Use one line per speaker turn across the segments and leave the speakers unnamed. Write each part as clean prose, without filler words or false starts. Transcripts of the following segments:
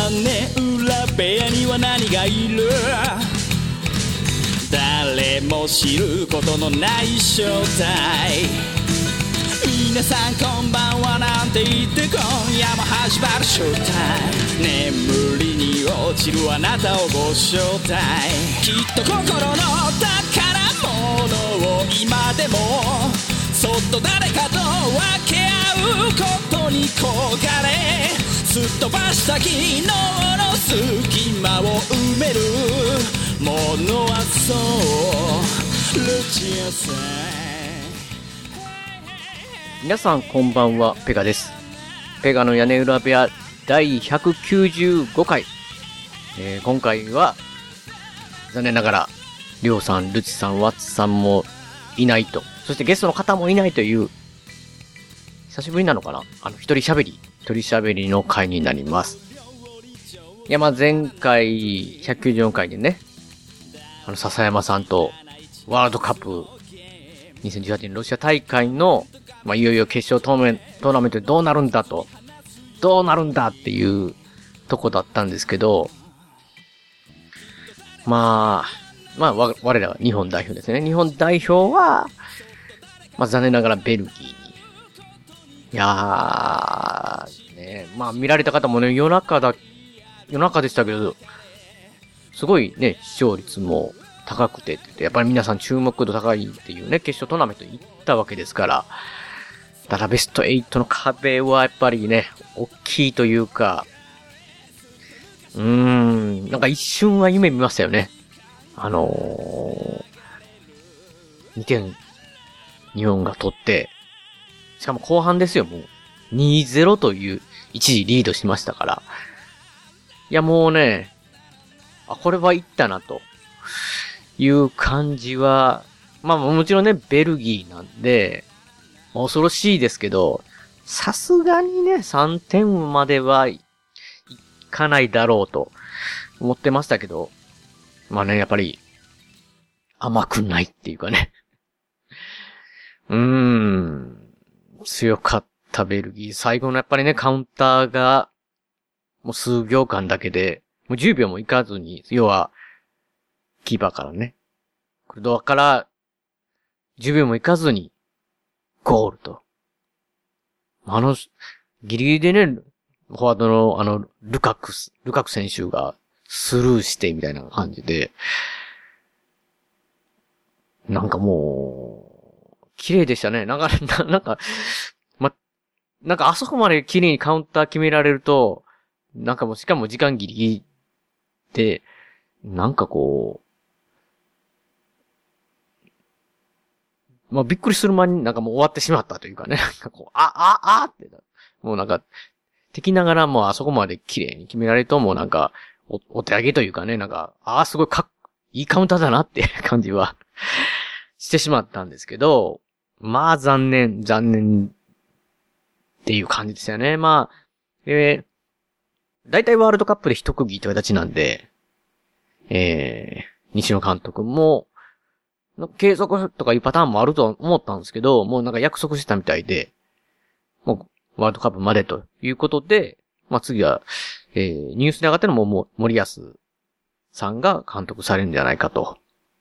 屋根裏部屋には何がいる？誰も知ることのない正体。皆さんこんばんはなんて言って今夜も始まるショータイム。眠りに落ちるあなたをご招待。きっと心の宝物を今でもそっと誰かと分け合うことに焦がれ、すっ飛ばした昨日の隙間を埋めるものはそうルチアさん。
皆さんこんばんは、ペガです。ペガの屋根裏部屋第195回、今回は残念ながらりょうさん、ルチさん、ワッツさんもいないと、そしてゲストの方もいないという久しぶりなのかな、一人喋りの回になります。いや、前回194回でね、笹山さんとワールドカップ2018年ロシア大会のいよいよ決勝トーナメントでどうなるんだっていうとこだったんですけど、我らは日本代表ですね。日本代表は、残念ながらベルギーに。いやー、ね、見られた方もね、夜中でしたけど、すごいね、視聴率も高くて、やっぱり皆さん注目度高いっていうね、決勝トーナメントに行ったわけですから、ただベスト8の壁はやっぱりね、大きいというか、なんか一瞬は夢見ましたよね。2点、日本が取って、しかも後半ですよ、もう。2-0 という一時リードしましたから。いや、もうね、これはいったな、という感じは、もちろんね、ベルギーなんで、恐ろしいですけど、さすがにね、3点まではいかないだろうと思ってましたけど、やっぱり、甘くないっていうかね。強かったベルギー。最後のやっぱりね、カウンターが、もう数秒間だけで、もう10秒もいかずに、要は、キーパーからね、クルドアから10秒もいかずに、ゴールと。ギリギリでね、フォワードのルカク選手がスルーしてみたいな感じで、なんかもう、綺麗でしたね。なんかあそこまで綺麗にカウンター決められると、なんかもうしかも時間ギリギリで、なんかこう、びっくりする間になんかもう終わってしまったというかね。なんかこう、って、もうなんか、敵ながらもあそこまで綺麗に決められるともうなんか、お手上げというかね、なんか、すごいいいカウンターだなって感じはしてしまったんですけど、残念っていう感じですよね。大体ワールドカップで一区切りという形なんで、西野監督も、継続とかいうパターンもあると思ったんですけど、もうなんか約束してたみたいで、もうワールドカップまでということで、次は、ニュースで上がってるのも森保さんが監督されるんじゃないかと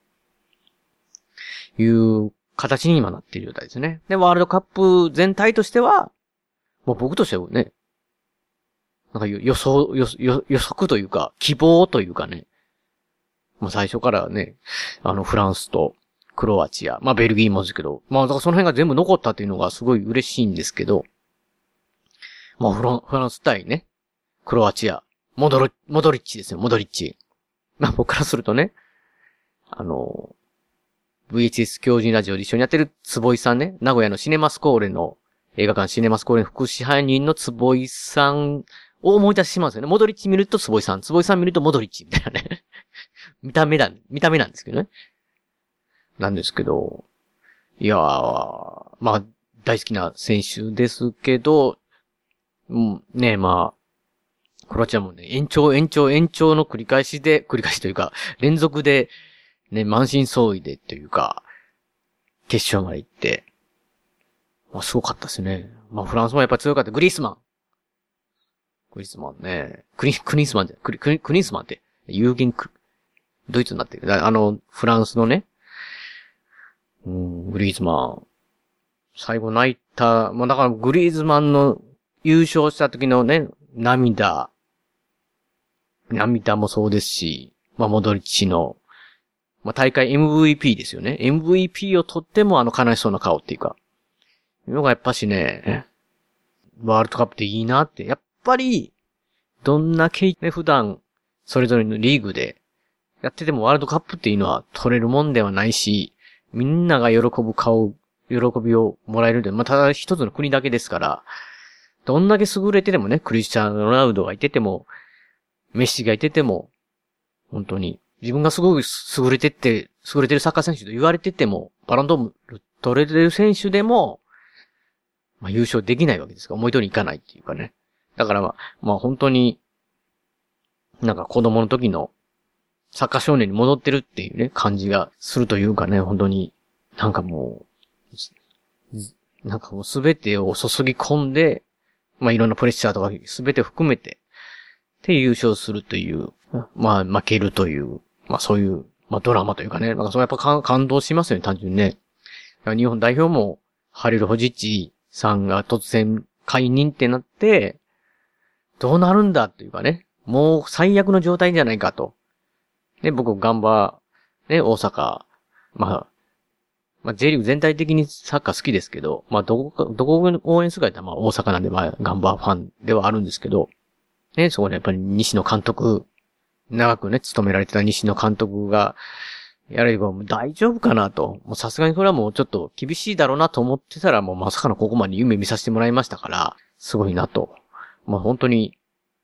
いう形に今なっている状態ですね。で、ワールドカップ全体としては、もう僕としてはね、なんか予測というか、希望というかね、もう最初からね、フランスとクロアチア、ベルギーもですけど、だからその辺が全部残ったっていうのがすごい嬉しいんですけど、フランス対ね、クロアチア、モドリッチですよ、モドリッチ。僕からするとね、VHS 狂人ラジオで一緒にやってる坪井さんね、名古屋のシネマスコーレの、映画館シネマスコーレの副支配人の坪井さんを思い出しますよね。モドリッチ見ると坪井さん見るとモドリッチみたいなね。見た目なんですけどね。なんですけど、いやー、大好きな選手ですけど、ね、クロアチアもね、延長の繰り返しというか、連続で、ね、満身創痍でというか、決勝まで行って、すごかったですね。フランスもやっぱ強かった。グリースマン。 クリスマンね。クリスマンじゃ、クリスマンって、ドイツになってる。フランスのね、グリーズマン。最後泣いた、だからグリーズマンの優勝した時のね、涙もそうですし、モドリッチの、大会 MVP ですよね。MVP を取っても悲しそうな顔っていうか。いうのがやっぱしね、ワールドカップっていいなって。やっぱり、どんな経験普段、それぞれのリーグでやっててもワールドカップっていうのは取れるもんではないし、みんなが喜びをもらえるんで、ただ一つの国だけですから、どんだけ優れててもね、クリスチャーノ・ロナウドがいてても、メッシがいてても、本当に、自分がすごく優れてるサッカー選手と言われてても、バロンドール取れてる選手でも、優勝できないわけですから、思い通りにいかないっていうかね。だから本当に、なんか子供の時のサッカー少年に戻ってるっていうね、感じがするというかね、本当に、なんかもう全てを注ぎ込んで、いろんなプレッシャーとか全て含めて、で優勝するという、負けるという、そういう、ドラマというかね、そうやっぱ感動しますよね、単純にね。日本代表も、ハリル・ホジッチさんが突然解任ってなって、どうなるんだっていうかね、もう最悪の状態じゃないかと。で、僕、ガンバ、ね、大阪、J リーグ全体的にサッカー好きですけど、どこを応援するか言ったら大阪なんで、ガンバファンではあるんですけど、ね、そこでやっぱり西野監督、長くね、務められてた西野監督が、やれば大丈夫かなと。さすがにこれはもうちょっと厳しいだろうなと思ってたら、まさかのここまで夢見させてもらいましたから、すごいなと。本当に、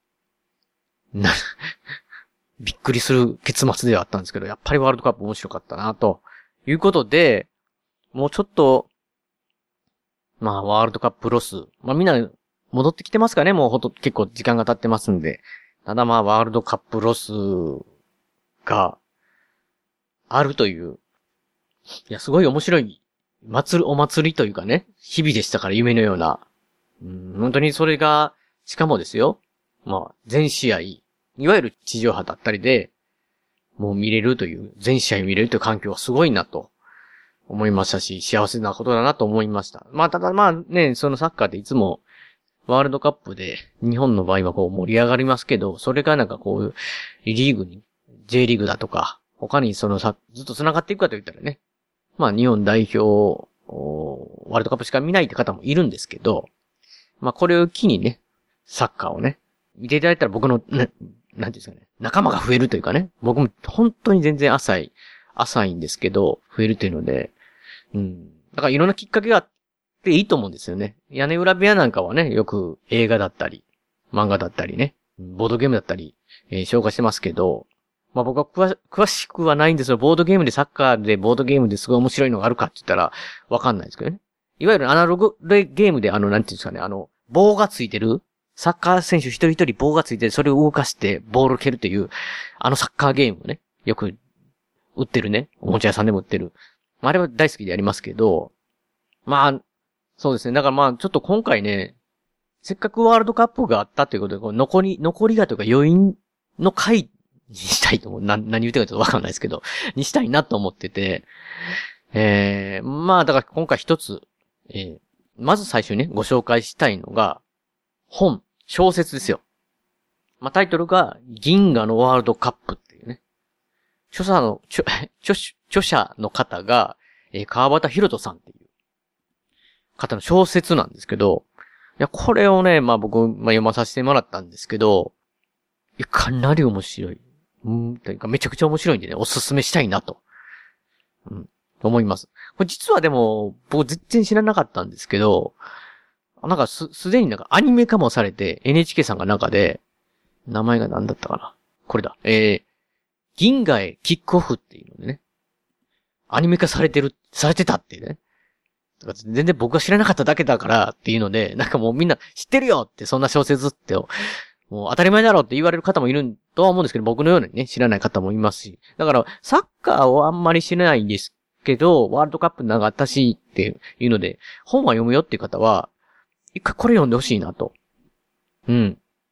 びっくりする結末ではあったんですけど、やっぱりワールドカップ面白かったなと。いうことで、もうちょっと、ワールドカップロス。みんな戻ってきてますかね、もう結構時間が経ってますんで。ただワールドカップロスがあるという。いや、すごい面白いお祭りというかね、日々でしたから夢のような。本当にそれが、しかもですよ。全試合、いわゆる地上波だったりで、もう見れるという、全試合見れるという環境はすごいなと思いましたし、幸せなことだなと思いました。ただね、そのサッカーっていつも、ワールドカップで、日本の場合は盛り上がりますけど、それがリーグに、J リーグだとか、他にずっと繋がっていくかと言ったらね、日本代表、ワールドカップしか見ないって方もいるんですけど、これを機にね、サッカーをね、見ていただいたら僕の、なんていうんですかね、仲間が増えるというかね、僕も本当に全然浅いんですけど、増えるというので、だからいろんなきっかけがあっていいと思うんですよね。屋根裏部屋なんかはね、よく映画だったり、漫画だったりね、ボードゲームだったり、紹介してますけど、僕は詳しくはないんですよ。ボードゲームでサッカーでボードゲームですごい面白いのがあるかって言ったらわかんないですけどね。いわゆるアナログゲームでなんていうんですかね、棒がついてるサッカー選手一人一人棒がついてそれを動かしてボールを蹴るという、サッカーゲームをね、よく売ってるね、おもちゃ屋さんでも売ってる。あれは大好きでやりますけど、そうですね。だからちょっと今回ね、せっかくワールドカップがあったということで、残りがというか余韻の回にしたいと思う。何言ってるかちょっとわかんないですけど、にしたいなと思ってて、だから今回一つ、まず最初にね、ご紹介したいのが、小説ですよ。タイトルが、銀河のワールドカップっていうね。著者の方が、川端博人さんっていう方の小説なんですけど、いや、これをね、僕、読まさせてもらったんですけど、いや、かなり面白い。というか、めちゃくちゃ面白いんでね、おすすめしたいなと。思います。これ実はでも、僕全然知らなかったんですけど、すでにアニメ化もされて、NHK さんが中で、名前が何だったかな。これだ。銀河へキックオフっていうのでね、アニメ化されてたっていうね。全然僕が知らなかっただけだからっていうので、もうみんな知ってるよって、そんな小説って、もう当たり前だろうって言われる方もいるとは思うんですけど、僕のようにね、知らない方もいますし。だから、サッカーをあんまり知らないんですけど、ワールドカップなんかあったしっていうので、本は読むよっていう方は、一回これ読んでほしいなと。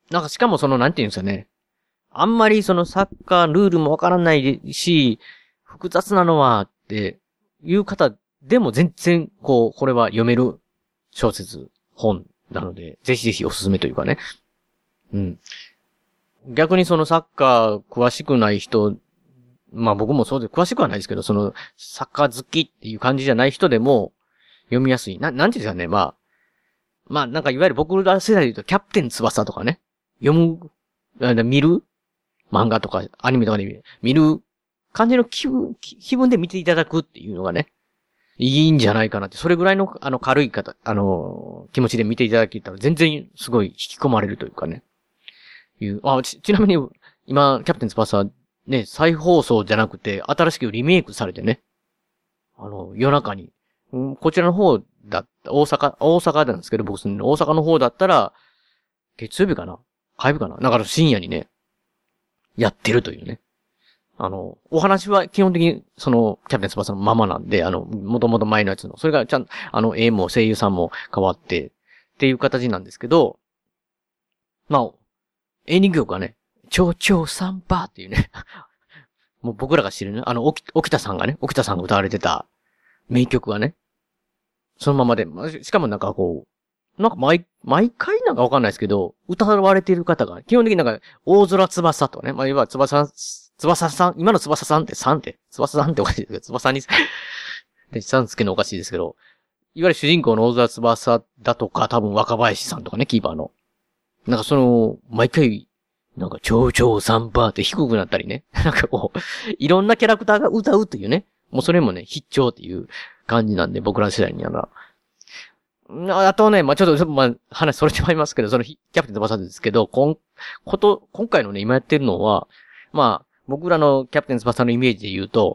なんかしかもなんていうんですかね。あんまりサッカールールもわからないし、複雑なのはっていう方でも全然、これは読める小説、本なので、ぜひぜひおすすめというかね。うん。逆にサッカー詳しくない人、まあ僕もそうで詳しくはないですけど、サッカー好きっていう感じじゃない人でも読みやすい。なんていうんですかね、まあなんかいわゆる僕ら世代で言うとキャプテン翼とかね、見る漫画とかアニメとかで見る感じの気分で見ていただくっていうのがね、いいんじゃないかなって、それぐらいの軽い気持ちで見ていただけたら全然すごい引き込まれるというかね。ちなみに今、キャプテン翼ね、再放送じゃなくて新しくリメイクされてね、夜中に、こちらの方だった、大阪なんですけど、僕大阪の方だったら、月曜日かな火曜日かなだから深夜にね、やってるというね。お話は基本的に、キャプテン翼のままなんで、もともと前のやつの、それがちゃんと、絵も声優さんも変わって、っていう形なんですけど、まあ、エンディング曲はね、超超サンバーっていうね、もう僕らが知るね、沖田さんが歌われてた名曲がね、そのままで、しかもなんかなんか毎回なんかわかんないですけど、歌われている方が、基本的になんか、大空翼とかね、まあ、いわゆる翼さん、今の翼さんって翼さんっておかしいですけど、翼に、で、さんつけるのおかしいですけど、いわゆる主人公の大空翼だとか、多分若林さんとかね、キーパーの。なんか毎回、なんか、超超サンバーって低くなったりね。なんかいろんなキャラクターが歌うというね。もうそれもね、必聴っていう感じなんで、僕らの世代にあとね、まあ、ちょっと、まあ、話それてまいりますけど、キャプテン翼ですけど、今回のね、今やってるのは、まあ、僕らのキャプテン翼のイメージで言うと、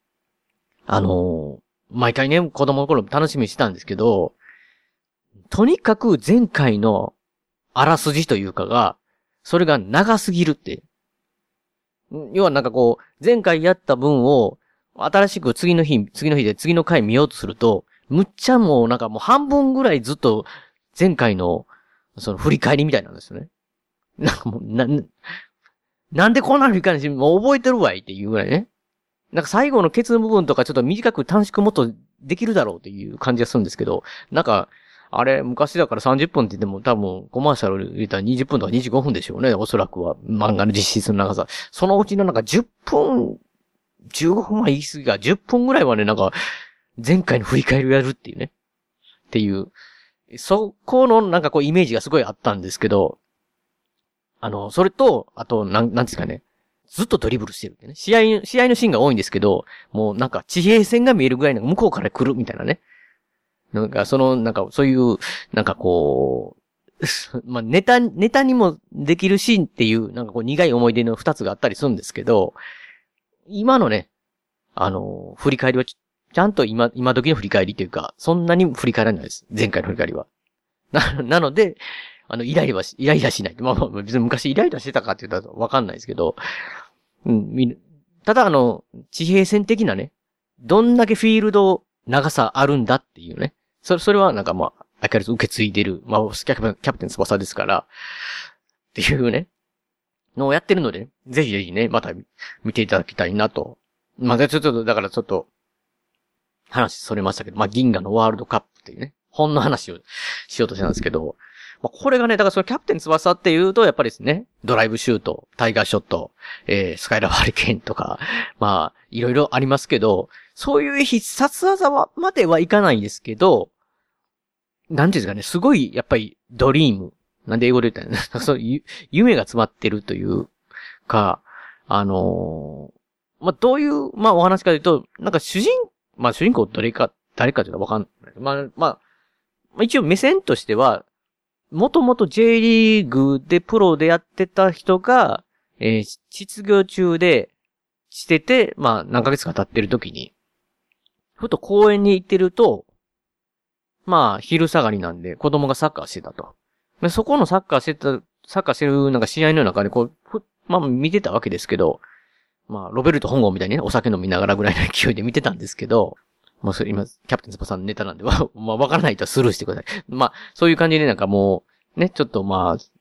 毎回ね、子供の頃楽しみにしてたんですけど、とにかく前回のあらすじというかが、それが長すぎるって。要はなんか前回やった分を、新しく次の日で次の回見ようとすると、むっちゃもうなんかもう半分ぐらいずっと前回の振り返りみたいなんですよね。なんかもうなんでこんな振り返りし、もう覚えてるわいっていうぐらいね。なんか最後のケツの部分とかちょっと短く短縮もっとできるだろうっていう感じがするんですけど、なんか、あれ、昔だから30分って言っても多分コマーシャル入れたら20分とか25分でしょうね。おそらくは。漫画の実質の長さ。そのうちのなんか10分、15分は言い過ぎが、10分ぐらいはね、なんか、前回の振り返りをやるっていうね。っていう。そこのなんかイメージがすごいあったんですけど、それと、あと、なんですかね。ずっとドリブルしてるってね。試合のシーンが多いんですけど、もうなんか地平線が見えるぐらいの向こうから来るみたいなね。なんかなんかそういう、なんかまあ、ネタにもできるシーンっていう、なんか苦い思い出の2つがあったりするんですけど、今のね、振り返りはちゃんと今時の振り返りというか、そんなに振り返らないです。前回の振り返りは。なので、イライラしない。まあ別に昔イライラしてたかって言ったらわかんないですけど、ただ地平線的なね、どんだけフィールド長さあるんだっていうね。それはなんかまあ、明らかに受け継いでる。まあ、キャプテン翼ですから、っていうね、のをやってるので、ぜひぜひね、また見ていただきたいなと。まあ、ちょっと、だからちょっと、話それましたけど、まあ、銀河のワールドカップっていうね、本の話をしようとしたんですけど、まあ、これがね、だからキャプテン翼っていうと、やっぱりですね、ドライブシュート、タイガーショット、スカイラーハリケーンとか、まあ、いろいろありますけど、そういう必殺技まではいかないんですけど、なんていうんですかね、すごい、やっぱり、ドリーム。なんで英語で言ったらね、そういう、夢が詰まってるというか、まあ、どういう、まあ、お話かというと、なんか主人公誰かというのはわかんない。まあ、一応目線としては、もともと J リーグでプロでやってた人が、失業中してて、まあ、何ヶ月か経ってる時に、ふと公園に行ってると、まあ、昼下がりなんで、子供がサッカーしてたと。で、そこのサッカーしてるなんか試合の中でまあ見てたわけですけど、まあ、ロベルト本郷みたいにね、お酒飲みながらぐらいの勢いで見てたんですけど、まあ、それ今、キャプテン翼のネタなんで、まあ、わからないとはスルーしてください。まあ、そういう感じでなんかもう、ね、ちょっとまあ、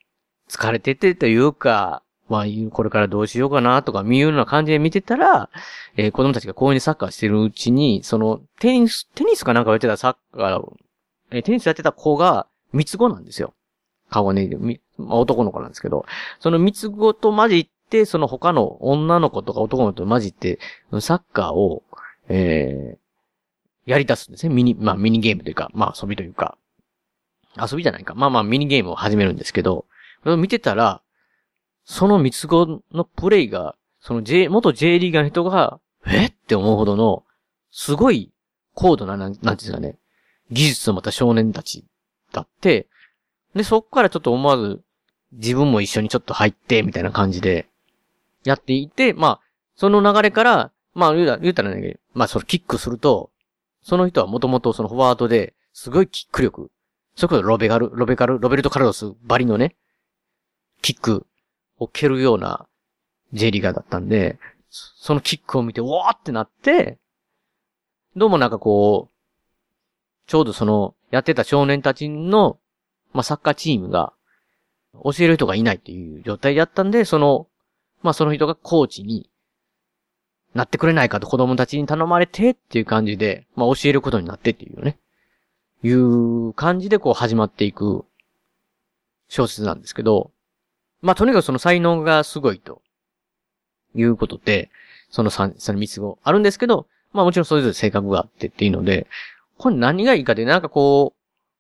疲れててというか、まあ、これからどうしようかなとか、いうような感じで見てたら、子供たちが公園でサッカーしてるうちに、その、テニスかなんかやってたサッカーを、テニスやってた子が、三つ子なんですよ。顔がね、男の子なんですけど、その三つ子と混じって、その他の女の子とか男の子と混じって、サッカーを、やり出すんですね。ミニゲームというか、まあ遊びというか、遊びじゃないか。まあミニゲームを始めるんですけど、それを見てたら、その三つ子のプレイが、その元 J リーガーの人が、って思うほどの、すごい高度な、なんていうんですかね、技術を持った少年たちだって、で、そこからちょっと思わず、自分も一緒にちょっと入って、みたいな感じで、やっていて、まあ、その流れから、まあ、言うたらね、まあ、そのキックすると、その人はもともとそのフォワードで、すごいキック力、それこそロベルト・カルロスバリのね、キックを蹴るような J リーガーだったんで、そのキックを見て、わーってなって、どうもなんかこう、ちょうどその、やってた少年たちの、まあ、サッカーチームが、教える人がいないっていう状態だったんで、その人がコーチになってくれないかと子供たちに頼まれてっていう感じで、まあ、教えることになってっていうね、いう感じでこう始まっていく小説なんですけど、まあ、とにかくその才能がすごいということで、その三つ子あるんですけど、まあもちろんそれぞれ性格があってっていうので、これ何がいいかでなんかこ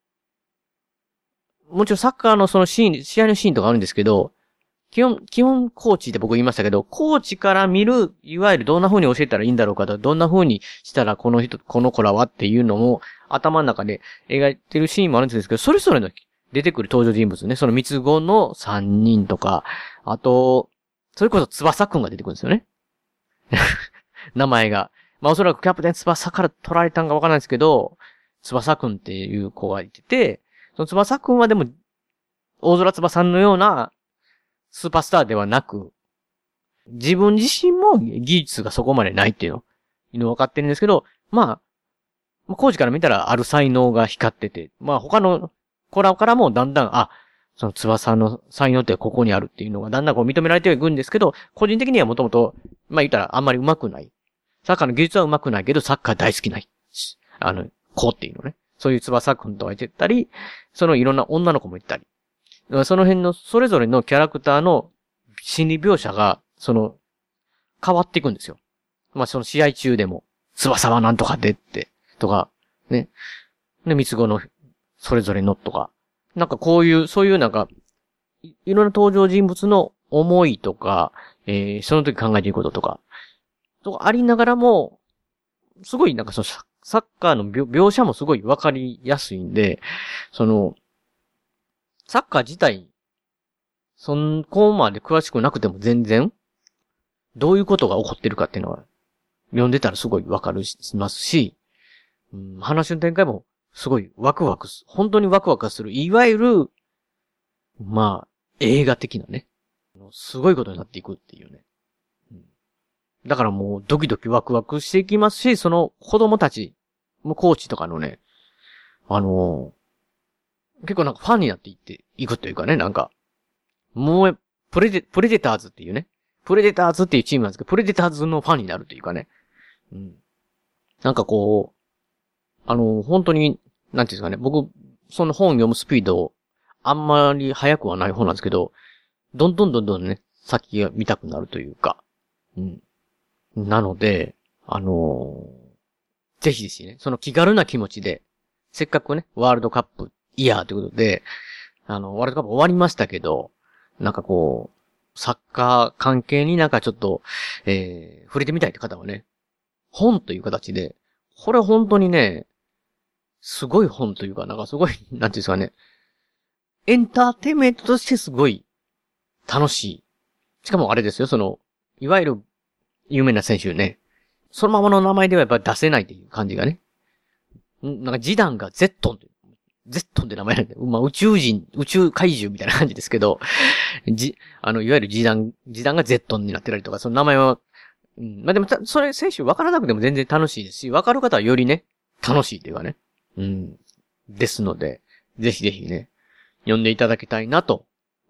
う、もちろんサッカーのその試合のシーンとかあるんですけど、基本コーチって僕言いましたけど、コーチから見る、いわゆるどんな風に教えたらいいんだろうかと、どんな風にしたらこの子らはっていうのも頭の中で描いてるシーンもあるんですけど、それぞれの出てくる登場人物ね、その三つ子の3人とか、あと、それこそ翼くんが出てくるんですよね。名前が。まあおそらくキャプテン翼から取られたんかわからないですけど、翼くんっていう子がいてて、その翼くんはでも、大空翼さんのようなスーパースターではなく、自分自身も技術がそこまでないっていうの分かってるんですけど、まあ、コーチから見たらある才能が光ってて、まあ他の子らからもだんだん、その翼の才能ってここにあるっていうのがだんだんこう認められていくんですけど、個人的にはもともと、まあ言ったらあんまり上手くない。サッカーの技術は上手くないけど、サッカー大好きない。子っていうのね。そういう翼くんとか言ってたり、そのいろんな女の子もいたり。その辺のそれぞれのキャラクターの心理描写が、変わっていくんですよ。まあその試合中でも、翼はなんとかでって、とか、ね。で、三つ子のそれぞれのとか。なんかそういうなんか、いろんな登場人物の思いとか、その時考えていることとかありながらも、すごいなんかサッカーの描写もすごいわかりやすいんで、サッカー自体、そこまで詳しくなくても全然、どういうことが起こってるかっていうのは、読んでたらすごいわかるしますし、話の展開もすごい本当にワクワクする。いわゆる、まあ、映画的なね、すごいことになっていくっていうね。だからもうドキドキワクワクしていきますし、その子供たち、コーチとかのね、結構なんかファンになっていくというかね、なんか、もう、プレデターズっていうね、プレデターズっていうチームなんですけど、プレデターズのファンになるというかね、なんかこう、本当に、なんていうんですかね、僕、その本読むスピード、あんまり速くはない方なんですけど、どんどんね、先が見たくなるというか、なので、ぜひですね、その気軽な気持ちで、せっかくね、ワールドカップイヤーということで、ワールドカップ終わりましたけど、なんかこう、サッカー関係になんかちょっと、触れてみたいって方はね、本という形で、これ本当にね、すごい本というか、なんかすごい、なんていうんですかね、エンターテインメントとしてすごい楽しい。しかもあれですよ、いわゆる有名な選手ね、そのままの名前ではやっぱり出せないっていう感じがね。なんかジダンがゼットンって名前なんで、まあ宇宙怪獣みたいな感じですけど、いわゆるジダンがゼットンになってたりとか、その名前は、まあでもそれ選手分からなくても全然楽しいですし、分かる方はよりね、楽しいっていうかね。ですので、ぜひぜひね、読んでいただきたいなと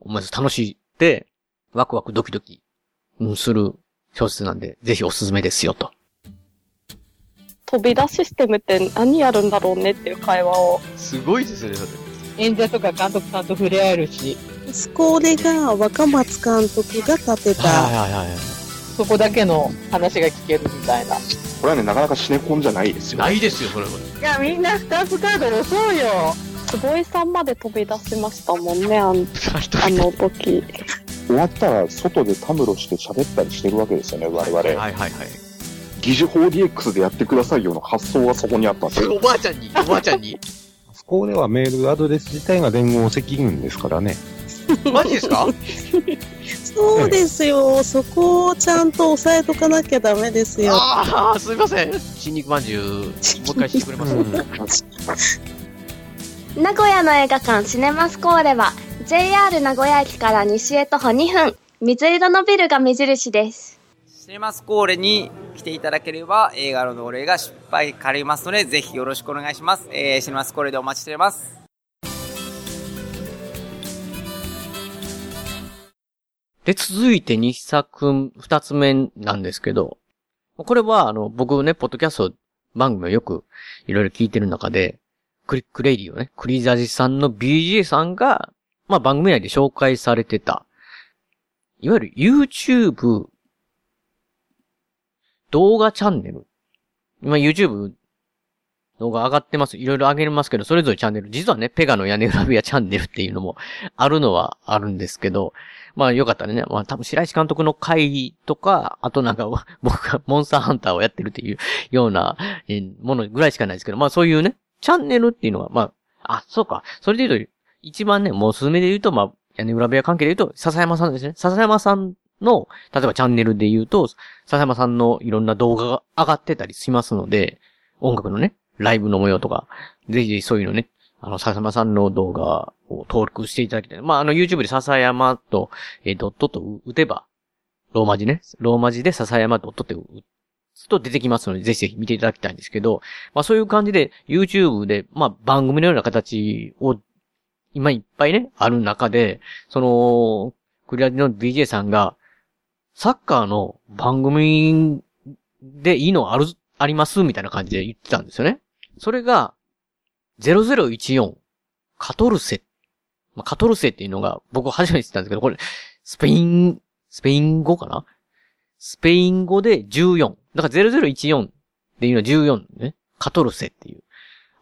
思わず楽しいで、ワクワクドキドキする小説なんで、ぜひおすすめですよと。
飛び出システムって何やるんだろうねっていう会話を。
すごいですね、それ。
演者とか監督さんと触れ合えるし。
スコーレが若松監督が立てた。
はいはいはい。
そこだけの話が聞けるみたいな。
これはね、なかなかシネコンじゃないですよ。
ないですよ、それは。
いや、みんな2つカード押そうよ。
坪井さんまで飛び出しましたもんね、あの時。
終わったら外でたむろして喋ったりしてるわけですよね、我々。
はいはいはい。
疑似 4DX でやってくださいよの発想はそこにあったんですよ。
おばあちゃんに。
そこではメールアドレス自体が連合責任ですからね。
マジですか？
そうですよ。そこをちゃんと押さえとかなきゃダメですよ。
ああ、すいません。新肉まんじゅう、もう一回してくれます？
名古屋の映画館シネマスコーレは JR 名古屋駅から西へ徒歩2分、水色のビルが目印です。
シネマスコーレに来ていただければ映画の同例が失敗借りますので、ぜひよろしくお願いします。シネマスコーレでお待ちしております。
で、続いて2つ目なんですけど、これは僕ね、ポッドキャスト番組をよくいろいろ聞いてる中で、クリックレイディをね、クリザジさんの BJ さんが、まあ番組内で紹介されてた、いわゆる YouTube 動画チャンネル。今 YouTube 動画上がってます。いろいろ上げますけど、それぞれチャンネル。実はね、ペガの屋根裏部屋チャンネルっていうのもあるのはあるんですけど、まあよかったらね、まあ多分白石監督の回とか、あとなんか僕がモンスターハンターをやってるっていうようなものぐらいしかないですけど、まあそういうね、チャンネルっていうのが、まあ、そうか。それで言うと、一番ね、もうおすすめで言うと、まあ、屋根裏部屋関係で言うと、笹山さんですね。笹山さんの、例えばチャンネルで言うと、笹山さんのいろんな動画が上がってたりしますので、音楽のね、ライブの模様とか、ぜひぜひそういうのね、笹山さんの動画を登録していただきたい。まあ、YouTube で笹山と、ドットと打てば、ローマ字ね。ローマ字で笹山ドットって打つと出てきますので、ぜひぜひ見ていただきたいんですけど、まあそういう感じで、YouTube で、まあ番組のような形を、今いっぱいね、ある中で、クリアの DJ さんが、サッカーの番組でいいのありますみたいな感じで言ってたんですよね。それが、0014、カトルセ。まあ、カトルセっていうのが、僕初めて知ったんですけど、これ、スペイン語かな？スペイン語で14。だから0014っていうのは14ね。カトルセっていう。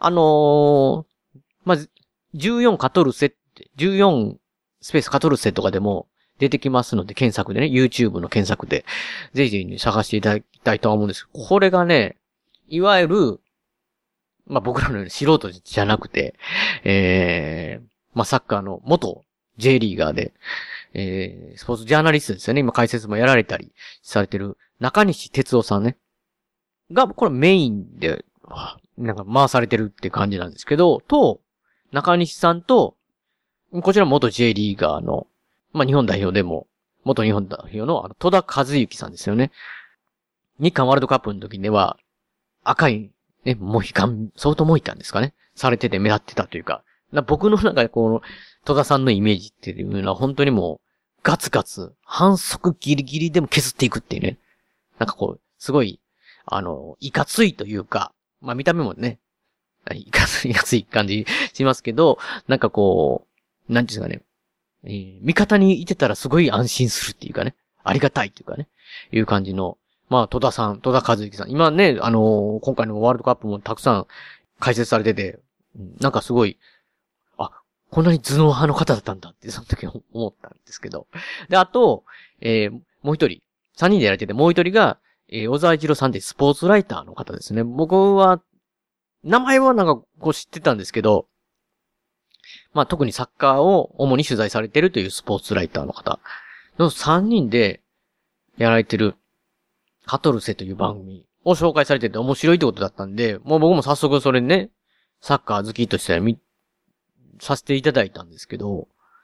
まず、14カトルセって、14スペースカトルセとかでも出てきますので、検索でね、YouTube の検索で、ぜひぜひ探していただきたいとは思うんですけど、これがね、いわゆる、まあ、僕らのように素人じゃなくて、まあ、サッカーの元 J リーガーで、スポーツジャーナリストですよね。今解説もやられたりされてる中西哲夫さんね。が、これメインで、なんか回されてるって感じなんですけど、と、中西さんと、こちら元 J リーガーの、まあ、日本代表でも、元日本代表の戸田和幸さんですよね。日韓ワールドカップの時には、赤い、ね、モヒカン、相当モヒカンですかね。されてて目立ってたというか、僕の中で戸田さんのイメージっていうのは本当にもう、ガツガツ、反則ギリギリでも削っていくっていうね。なんかこう、すごい、いかついというか、まあ見た目もね、いかつい感じしますけど、なんかこう、なんていうんですかね、味方にいてたらすごい安心するっていうかね、ありがたいっていうかね、いう感じの、まあ戸田和幸さん。今ね、今回のワールドカップもたくさん解説されてて、なんかすごい、こんなに頭脳派の方だったんだって、その時思ったんですけど。で、あと、もう一人、三人でやられてて、もう一人が、小沢一郎さんでスポーツライターの方ですね。僕は、名前はなんかこう知ってたんですけど、まあ特にサッカーを主に取材されてるというスポーツライターの方の三人でやられてる、カトルセという番組を紹介されてて面白いってことだったんで、もう僕も早速それね、サッカー好きとしてさせていただいたんですけど、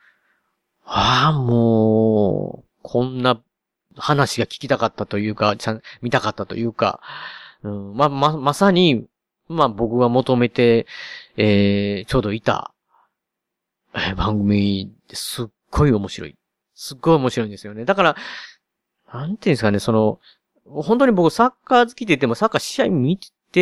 もう、こんな話が聞きたかったというか、見たかったというか、まさに、まあ僕が求めて、ちょうどいた、番組ですっごい面白い。すっごい面白いんですよね。だから、なんていうんですかね、本当に僕サッカー好きって言ってもサッカー試合見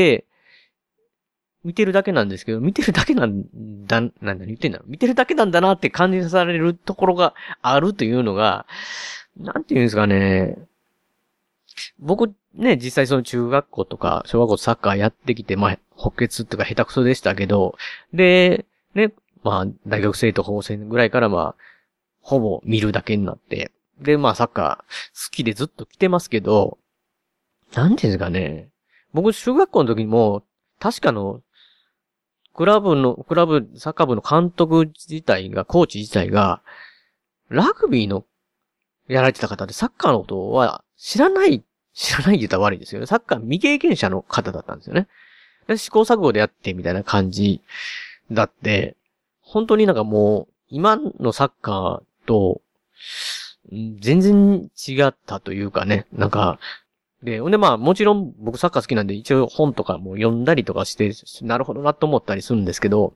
てるだけなんですけど、見てるだけなんだなって感じされるところがあるというのが、なんていうんですかね、僕ね、実際その中学校とか小学校サッカーやってきて、まあ、補欠とか下手くそでしたけど、で、ね、まあ、大学生と高専ぐらいからまあ、ほぼ見るだけになって、で、まあ、サッカー好きでずっと来てますけど、なんていうんですかね、僕中学校の時にも、確かサッカー部の監督自体が、コーチ自体が、ラグビーのやられてた方でサッカーのことは知らないって言ったら悪いですよね。サッカー未経験者の方だったんですよね。で、試行錯誤でやってみたいな感じだって、本当になんかもう、今のサッカーと、全然違ったというかね、なんか、で、まあもちろん僕サッカー好きなんで一応本とかも読んだりとかして、なるほどなと思ったりするんですけど、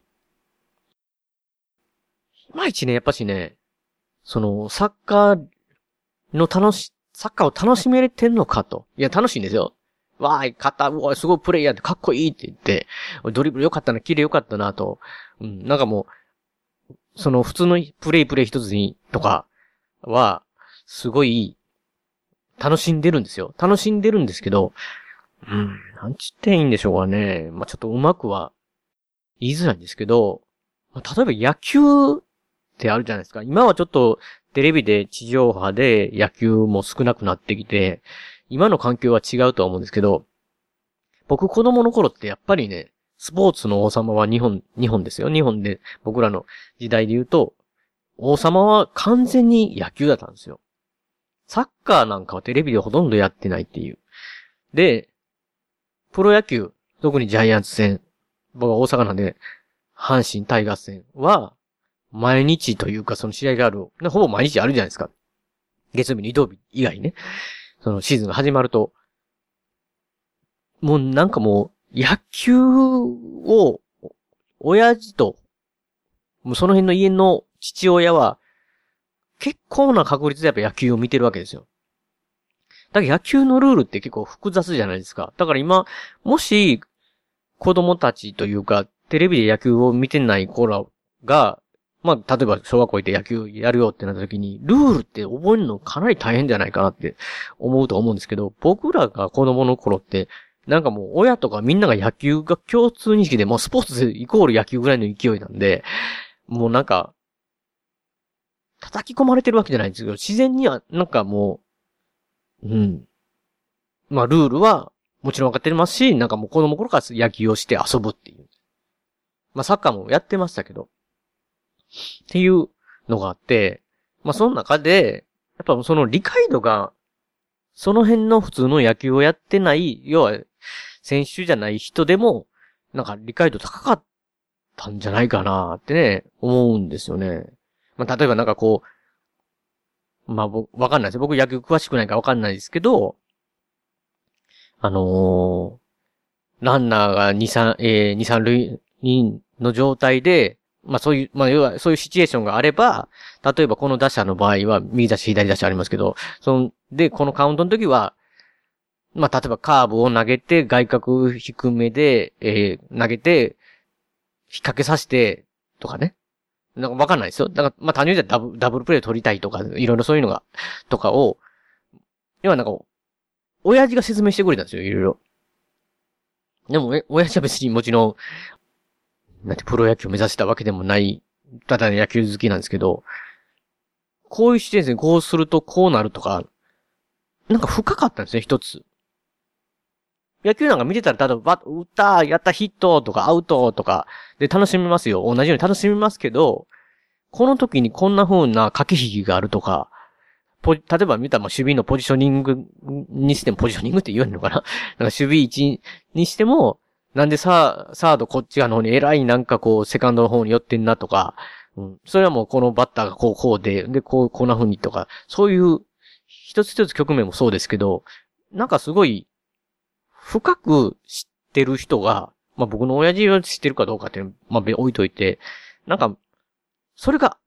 いまいちね、やっぱしね、サッカーを楽しめれてんのかと。いや、楽しいんですよ。わーい、うわ、すごいプレイヤーってかっこいいって言って、ドリブル良かったな、キレ良かったなと。なんかもう、普通のプレイ一つに、とかは、すごい、楽しんでるんですよ。楽しんでるんですけど、なんちっていいんでしょうかね。まあ、ちょっとうまくは言いづらいんですけど、例えば野球ってあるじゃないですか。今はちょっとテレビで地上波で野球も少なくなってきて、今の環境は違うとは思うんですけど、僕子供の頃ってやっぱりね、スポーツの王様は日本ですよ。日本で僕らの時代で言うと、王様は完全に野球だったんですよ。サッカーなんかはテレビでほとんどやってないっていう。で、プロ野球、特にジャイアンツ戦、僕は大阪なんで、阪神タイガース戦は、毎日というかその試合がある、ほぼ毎日あるじゃないですか。月曜日、日曜日以外ね。そのシーズンが始まると、もうなんかもう、野球を、親父と、もうその辺の家の父親は、結構な確率でやっぱ野球を見てるわけですよ。だから野球のルールって結構複雑じゃないですか。だから今、もし、子供たちというか、テレビで野球を見てない子らが、まあ、例えば小学校行って野球やるよってなった時に、ルールって覚えるのかなり大変じゃないかなって思うと思うんですけど、僕らが子供の頃って、なんかもう親とかみんなが野球が共通認識で、もうスポーツイコール野球ぐらいの勢いなんで、もうなんか、叩き込まれてるわけじゃないんですけど、自然にはなんかもう、まあルールはもちろん分かってますし、なんかもう子供の頃から野球をして遊ぶっていう。まあサッカーもやってましたけど、っていうのがあって、まあその中で、やっぱその理解度が、その辺の普通の野球をやってない、要は選手じゃない人でも、なんか理解度高かったんじゃないかなってね、思うんですよね。まあ例えばなんかこう、まあわかんないです。僕野球詳しくないからわかんないですけど、ランナーが2、3塁の状態で、まあそういう、まあ要はそういうシチュエーションがあれば、例えばこの打者の場合は右打者左打者ありますけど、で、このカウントの時は、まあ例えばカーブを投げて外角低めで、投げて、引っ掛けさせて、とかね。なんかわかんないですよ。だから、まあ単純にダブルプレイを取りたいとか、いろいろそういうのが、とかを、要はなんか、親父が説明してくれたんですよ、いろいろ。でも、親父は別にもちろん、なんてプロ野球を目指したわけでもない、ただ野球好きなんですけど、こういうシチュエーションでこうするとこうなるとか、なんか深かったんですね、一つ。野球なんか見てたら、ただ、打った、やったヒットとかアウトとかで楽しめますよ。同じように楽しめますけど、この時にこんな風な駆け引きがあるとか、例えば見たら守備のポジショニングにしても、ポジショニングって言えるのかななんか守備位置にしても、なんでサードこっち側の方に偉いなんかこう、セカンドの方に寄ってんなとか、それはもうこのバッターがこうで、こんな風にとか、そういう一つ一つ局面もそうですけど、なんかすごい、深く知ってる人が、まあ僕の親父は知ってるかどうかって、まあ置いといて、なんか、それが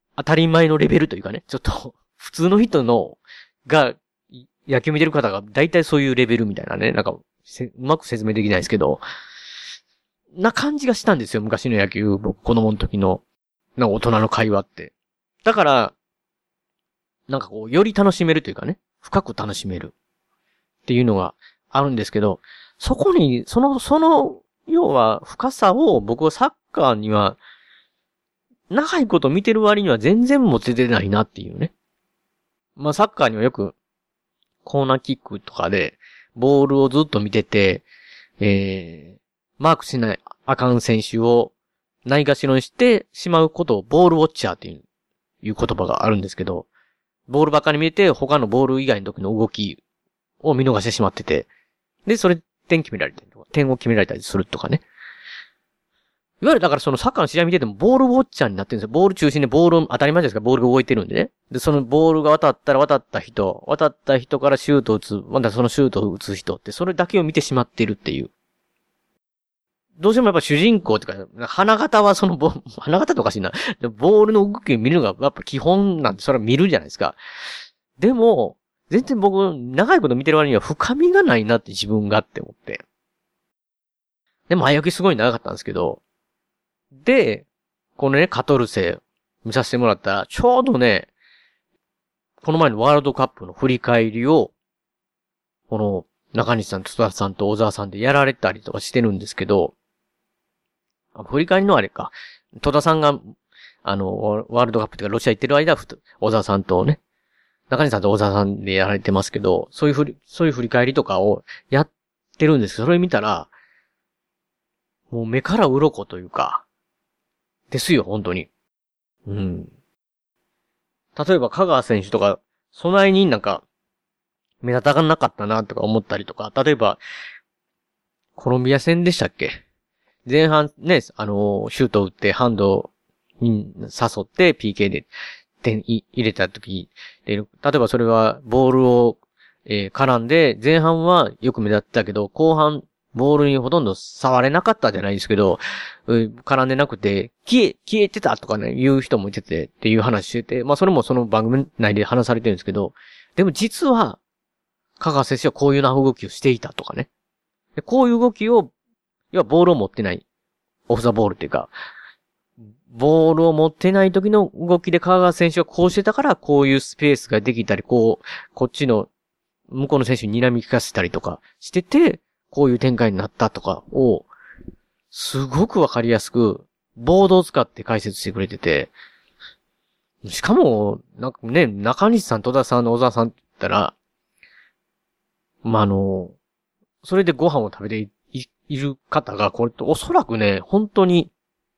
当たり前のレベルというかね、ちょっと、普通の人が、野球見てる方が大体そういうレベルみたいなね、なんか、うまく説明できないですけど、な感じがしたんですよ、昔の野球、僕、子供の時の、大人の会話って。だから、なんかこう、より楽しめるというかね、深く楽しめるっていうのがあるんですけど、そこに、その、要は深さを僕はサッカーには、長いこと見てる割には全然持ててないなっていうね。まあサッカーにはよく、コーナーキックとかで、ボールをずっと見てて、マークしないあかん選手をないがしろにしてしまうことをボールウォッチャーっていう言葉があるんですけど、ボールばっかり見えて他のボール以外の時の動きを見逃してしまってて、で、それ点決められたりとか、点を決められたりするとかね。いわゆるだからそのサッカーの試合見ててもボールウォッチャーになってるんですよ。ボール中心でボール、当たり前じゃないですか、ボールが動いてるんでね。で、そのボールが渡った人からシュートを打つ、またそのシュートを打つ人って、それだけを見てしまってるっていう。どうしてもやっぱ主人公っていうか、花形は花形とかしいな。ボールの動きを見るのがやっぱ基本なんで、それは見るじゃないですか。でも、全然僕、長いこと見てる割には深みがないなって自分がって思って。でも、前置きすごい長かったんですけど、で、このね、カトルセ見させてもらったら、ちょうどね、この前のワールドカップの振り返りを、この中西さんと戸田さんと小沢さんでやられたりとかしてるんですけど、振り返りのあれか、戸田さんが、ワールドカップというかロシア行ってる間、小沢さんとね、中西さんと小沢さんでやられてますけど、そういう振り返りとかをやってるんですけど、それ見たら、もう目から鱗というか、ですよ、本当に。うん。例えば、香川選手とか、そないになんか、目立たなかったなとか思ったりとか、例えば、コロンビア戦でしたっけ？前半ね、シュートを打ってハンドに誘って PK で点入れた時で、例えばそれはボールを、絡んで、前半はよく目立ったけど、後半、ボールにほとんど触れなかったじゃないですけど、絡んでなくて、消えてたとかね、言う人もいててっていう話してて、まあそれもその番組内で話されてるんですけど、でも実は、香川選手はこういうような動きをしていたとかね。でこういう動きを、要はボールを持ってない、オフザボールっていうか、ボールを持ってない時の動きで香川選手はこうしてたから、こういうスペースができたり、こっちの、向こうの選手に睨み利かせたりとかしてて、こういう展開になったとかを、すごくわかりやすく、ボードを使って解説してくれてて、しかも、なんかね、中西さん、戸田さん、小沢さんって言ったら、まあ、それでご飯を食べている方が、これっておそらくね、本当に、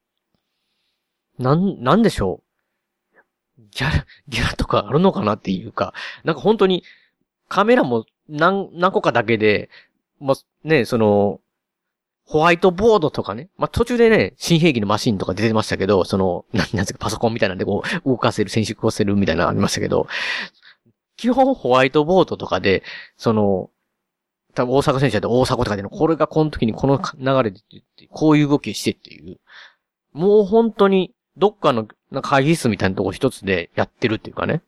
なんでしょう。ギャラとかあるのかなっていうか、なんか本当に、カメラも何個かだけで、まあ、ね、ホワイトボードとかね。まあ、途中でね、新兵器のマシンとか出てましたけど、なんですか、パソコンみたいなんでこう、動かせる、静粛させるみたいなのありましたけど、基本ホワイトボードとかで、多分大阪選手だと大阪とかでの、これがこの時にこの流れで、こういう動きをしてっていう。もう本当に、どっかの会議室みたいなとこ一つでやってるっていうかね。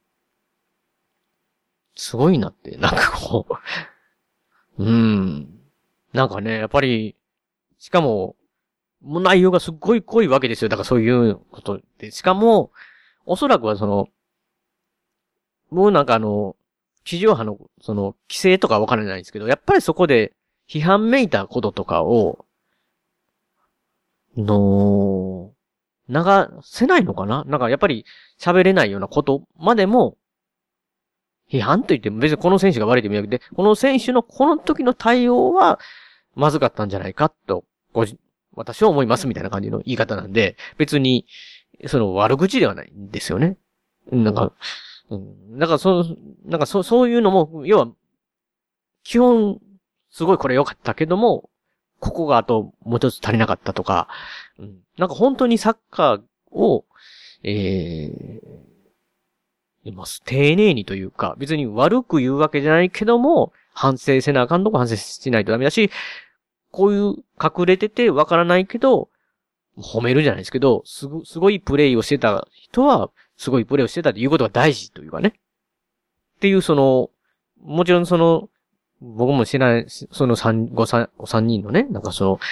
すごいなって、なんかこう、なんかね、やっぱり、しかも、もう内容がすっごい濃いわけですよ。だからそういうことで。しかも、おそらくはもうなんか地上波の規制とかわからないんですけど、やっぱりそこで批判めいたこととかを、流せないのかな？なんかやっぱり喋れないようなことまでも、批判と言っても別にこの選手が悪いという意味で、この選手のこの時の対応はまずかったんじゃないかと、私は思いますみたいな感じの言い方なんで、別に悪口ではないんですよね。なんかそういうのも、要は、基本、すごいこれ良かったけども、ここがあともう一つ足りなかったとか、なんか本当にサッカーを、丁寧にというか、別に悪く言うわけじゃないけども、反省せなあかんとこ反省しないとダメだし、こういう隠れててわからないけど、褒めるじゃないですけど、すごいプレイをしてた人は、 すごいプレーをしてたということが大事というかね。っていうもちろん僕も知らない、お三人のね、なんか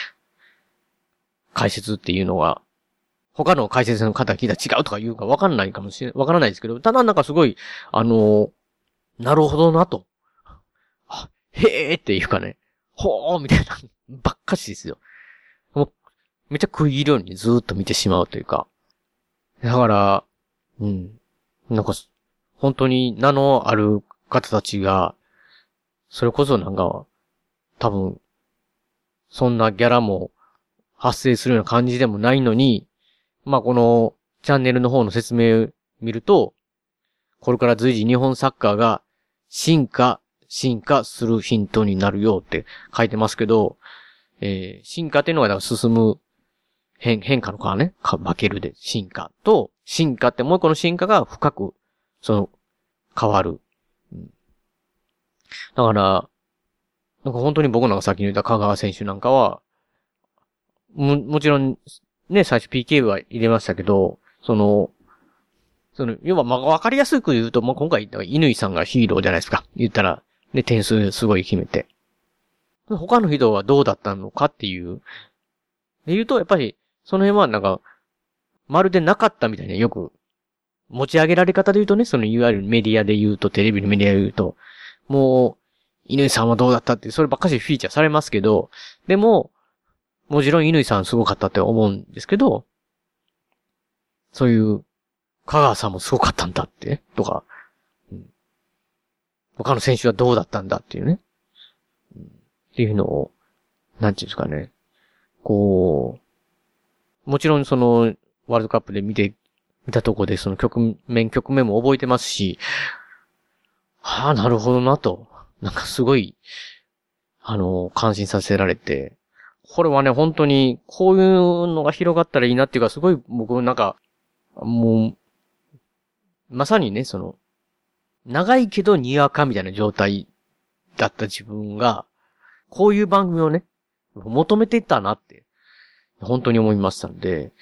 解説っていうのは、他の解説の方が聞いたら違うとか言うかわからないですけど、ただなんかすごい、なるほどなと。へーっていうかね、ほーみたいな、ばっかしですよ。もう、めっちゃ食い入るようにずーっと見てしまうというか。だから、なんか、本当に名のある方たちが、それこそなんか、多分、そんなギャラも発生するような感じでもないのに、まあこのチャンネルの方の説明を見ると、これから随時日本サッカーが進化するヒントになるよって書いてますけど、進化っていうのがだから進む変化の川ね、化けるで進化と、進化ってもう一個の進化が深く、変わる。だから、なんか本当に僕なんかさっき言った香川選手なんかは、もちろん、ね、最初 PK は入れましたけど、要はわかりやすく言うと、今回、乾さんがヒーローじゃないですか。言ったら、ね、点数すごい決めて。他の人はどうだったのかっていう。で言うと、やっぱり、その辺はなんか、まるでなかったみたいなよく、持ち上げられ方で言うとね、いわゆるメディアで言うと、テレビのメディアで言うと、もう、乾さんはどうだったって、そればっかしフィーチャーされますけど、でも、もちろん乾さんすごかったって思うんですけど、そういう、香川さんもすごかったんだって、とか、他の選手はどうだったんだっていうね。っていうのを、なんていうんですかね。もちろんワールドカップで見たとこで局面も覚えてますし、なるほどなと。なんかすごい、感心させられて、これはね、本当に、こういうのが広がったらいいなっていうか、すごい僕なんか、もう、まさにね、長いけどにわかみたいな状態だった自分が、こういう番組をね、求めていったなって、本当に思いましたので、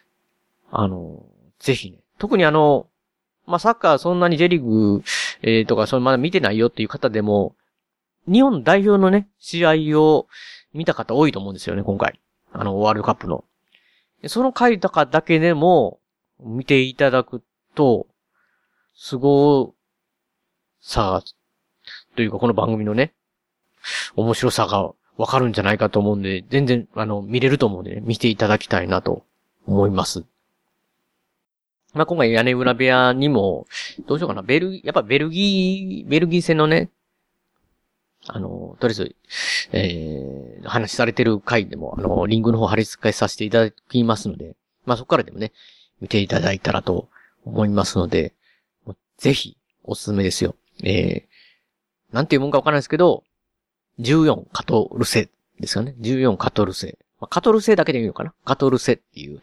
ぜひね、特にサッカーそんなにJリーグ、とかまだ見てないよっていう方でも、日本代表のね、試合を見た方多いと思うんですよね、今回。ワールドカップの。その回とかだけでも、見ていただくと、すごさ、というかこの番組のね、面白さがわかるんじゃないかと思うんで、全然、見れると思うんでね、見ていただきたいなと思います。今回屋根裏部屋にも、どうしようかな、やっぱベルギー戦のね、とりあえず、話されてる回でも、リンクの方貼り付けさせていただきますので、そこからでもね、見ていただいたらと思いますので、ぜひ、おすすめですよ。なんていうもんかわからないですけど、14カトルセですよね。14カトルセ。カトルセだけでいいのかな？カトルセっていう、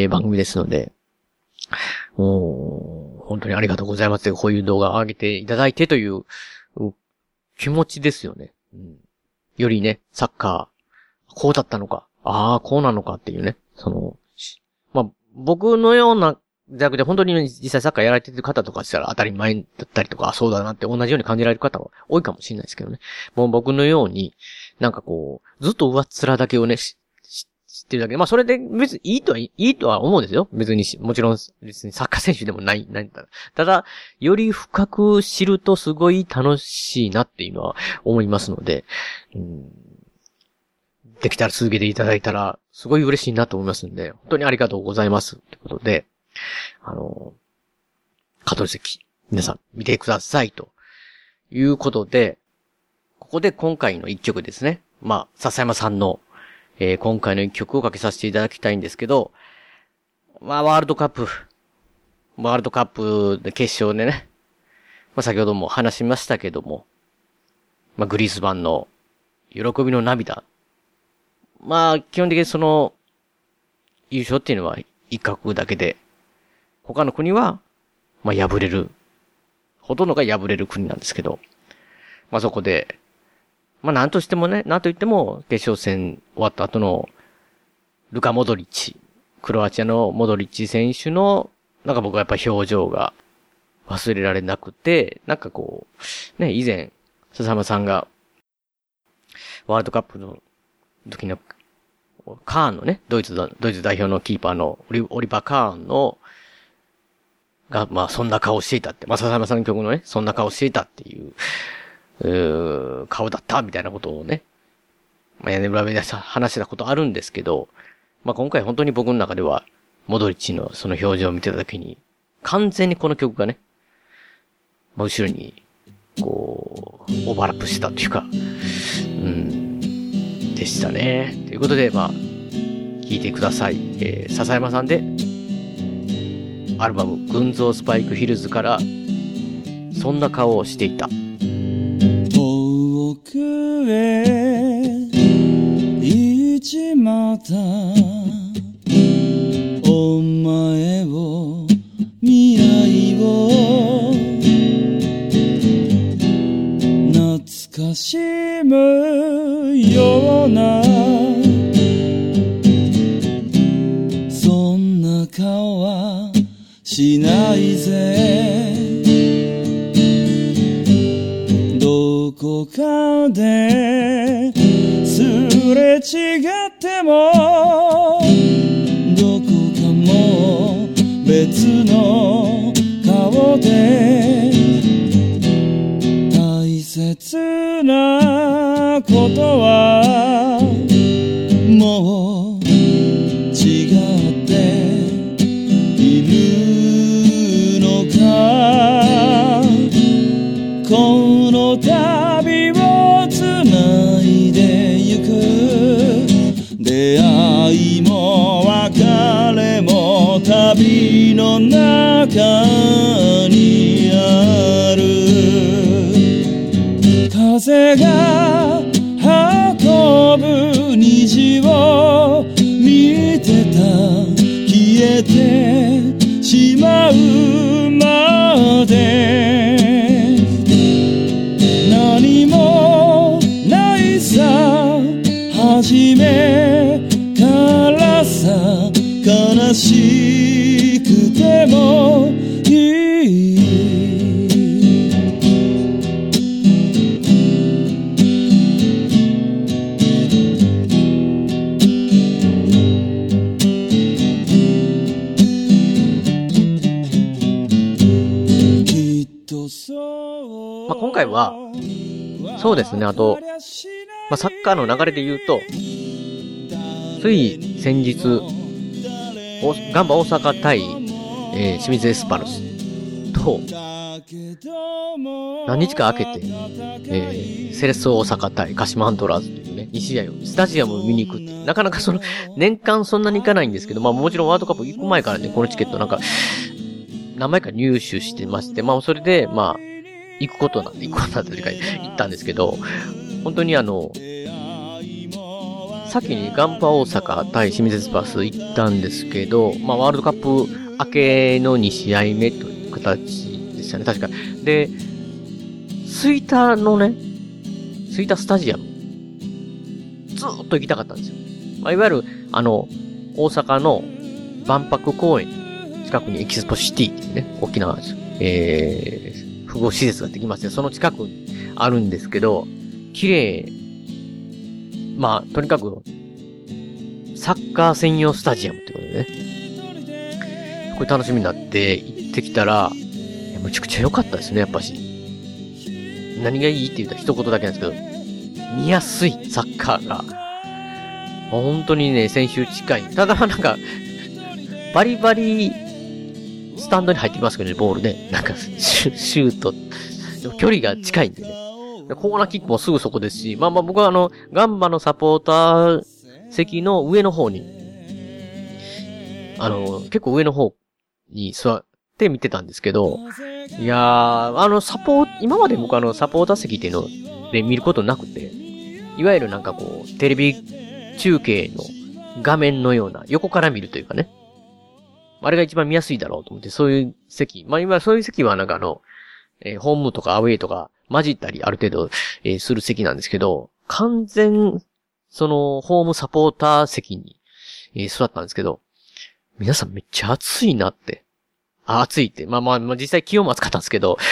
番組ですので、本当にありがとうございます。こういう動画を上げていただいてという気持ちですよね。よりね、サッカー、こうだったのか、こうなのかっていうね、僕のような、じゃなくて本当に実際サッカーやられてる方とかしたら当たり前だったりとか、そうだなって同じように感じられる方は多いかもしれないですけどね。もう僕のように、なんかずっと上っ面だけをね、知ってるだけで。それで別にいいとは思うんですよ。別に、もちろん別にサッカー選手でもないんだ。ただ、より深く知るとすごい楽しいなっていうのは思いますので、できたら続けていただいたら、すごい嬉しいなと思いますんで、本当にありがとうございます。ということで、カトル席、皆さん見てください。ということで、ここで今回の一曲ですね。笹山さんの、今回の一曲をかけさせていただきたいんですけど、ワールドカップで決勝でね、先ほども話しましたけども、グリース版の喜びの涙。基本的に優勝っていうのは一角だけで、他の国は、敗れる。ほとんどが敗れる国なんですけど、そこで、なんといっても、決勝戦終わった後の、ルカ・モドリッチ、クロアチアのモドリッチ選手の、 なんか僕はやっぱ表情が忘れられなくて、なんかこう、ね、以前、笹山さんが、ワールドカップの時の、カーンのね、ドイツ代表のキーパーのオリバー・カーンの、が、まあそんな顔していたって、まあ笹山さんの曲のね、そんな顔していたっていう、顔だったみたいなことをね、まあ屋根裏で話してたことあるんですけど、まあ今回本当に僕の中では、モドリッチのその表情を見てた時に、完全にこの曲がね、まあ後ろに、こう、オーバーラップしてたっていうか、でしたね。ということで、まあ、聴いてください。笹山さんで、アルバム、群像スパイクヒルズから、そんな顔をしていた。
遠くへ行っちまったお前を未来を懐かしむようなそんな顔はしないぜどこかですれ違ってもどこかも別の顔で大切なことはもう違っているのかこの旅をつないでゆく出会いも別れも旅の中にある風が運ぶ虹を見てた消えてしまうまで何もないさ初めからさ悲しくてもいい
まあ、今回は、そうですね、あと、まあ、サッカーの流れで言うと、つい先日、ガンバ大阪対、清水エスパルスと、何日か空けて、セレッソ大阪対鹿島アントラーズというね、2試合をスタジアムを見に行くっていう、なかなかその、年間そんなに行かないんですけど、まあもちろんワールドカップ行く前からね、このチケットなんか、何枚か入手してまして、まあそれで、まあ、行くことなんでというか行ったんですけど、本当に先にガンバ大阪対清水エスパルス行ったんですけど、まあワールドカップ明けの2試合目という形でしたね、確か。で、吹田スタジアム、ずーっと行きたかったんですよ。まあ、いわゆる、大阪の万博公園近くにエキスポシティっていうね、大きな、複合施設ができますね。その近くにあるんですけど、綺麗、まあ、とにかく、サッカー専用スタジアムってことでね。これ楽しみになって行ってきたら、むちゃくちゃ良かったですね、やっぱし。何がいいって言ったら一言だけなんですけど、見やすい、サッカーが。本当にね、先週近い。ただなんか、バリバリ、スタンドに入ってきますけどね、ボールね。なんか、シュート。でも距離が近いんでね。コーナーキックもすぐそこですし、まあまあ僕はガンバのサポーター席の上の方に、結構上の方に座って見てたんですけど、いやー、今まで僕サポーター席っていうので見ることなくて、いわゆるなんかこう、テレビ中継の画面のような、横から見るというかね。あれが一番見やすいだろうと思って、そういう席。まあ今そういう席はなんかホームとかアウェイとか混じったりある程度、する席なんですけど、完全、ホームサポーター席に、座ったんですけど、皆さんめっちゃ暑いなって。 暑いって。まあ実際気温も暑かったんですけど、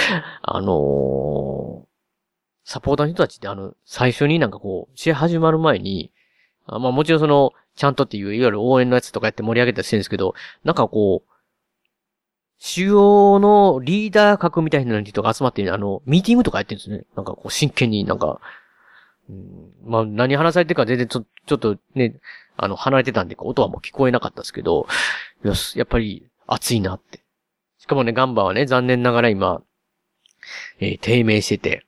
サポーターの人たちって最初になんかこう、試合始まる前に、まあもちろんちゃんとっていう、いわゆる応援のやつとかやって盛り上げたりしてるんですけど、なんかこう、主要のリーダー格みたいな人が集まって、ミーティングとかやってるんですね。なんかこう、真剣になんか、まあ何話されてるか全然ちょっとね、離れてたんで、音はもう聞こえなかったですけど、やっぱり暑いなって。しかもね、ガンバはね、残念ながら今、低迷してて、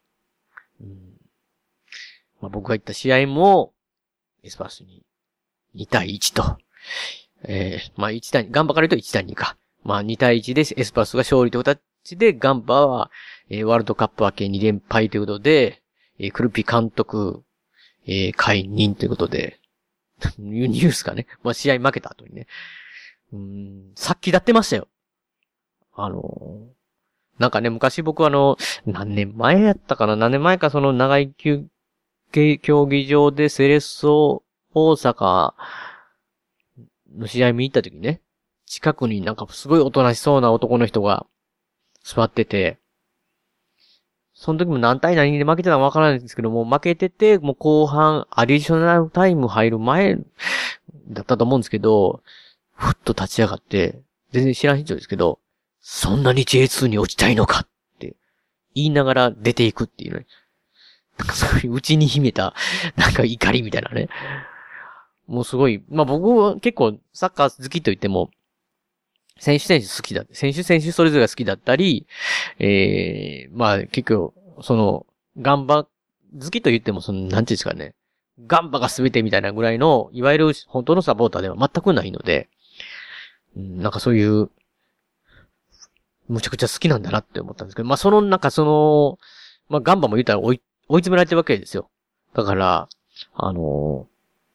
まあ、僕が行った試合も、エスパルスに2対1と、まあガンバから言うと1対2か。まあ2対1でエスパルスが勝利という形で、ガンバは、ワールドカップ明け2連敗ということで、クルピ監督、解任ということで、ニュースがね、まあ試合負けた後にね、さっき立ってましたよ。なんかね、昔僕何年前やったかな、何年前か長井競技場でセレッソ大阪の試合見に行った時ね、近くになんかすごいおとなしそうな男の人が座ってて、その時も何対何で負けてたかわからないんですけども、負けてて、もう後半アディショナルタイム入る前だったと思うんですけど、ふっと立ち上がって、全然知らん人ですけど、そんなに J2 に落ちたいのかって言いながら出ていくっていうね。なんかそういう内に秘めた、なんか怒りみたいなね。もうすごい、まあ僕は結構サッカー好きと言っても、選手好きだ。選手それぞれが好きだったり、まあ結構、ガンバ好きと言ってもなんていうんですかね。ガンバが全てみたいなぐらいの、いわゆる本当のサポーターでは全くないので、なんかそういう、むちゃくちゃ好きなんだなって思ったんですけど、まあまあガンバも言ったら追い詰められてるわけですよ。だから、も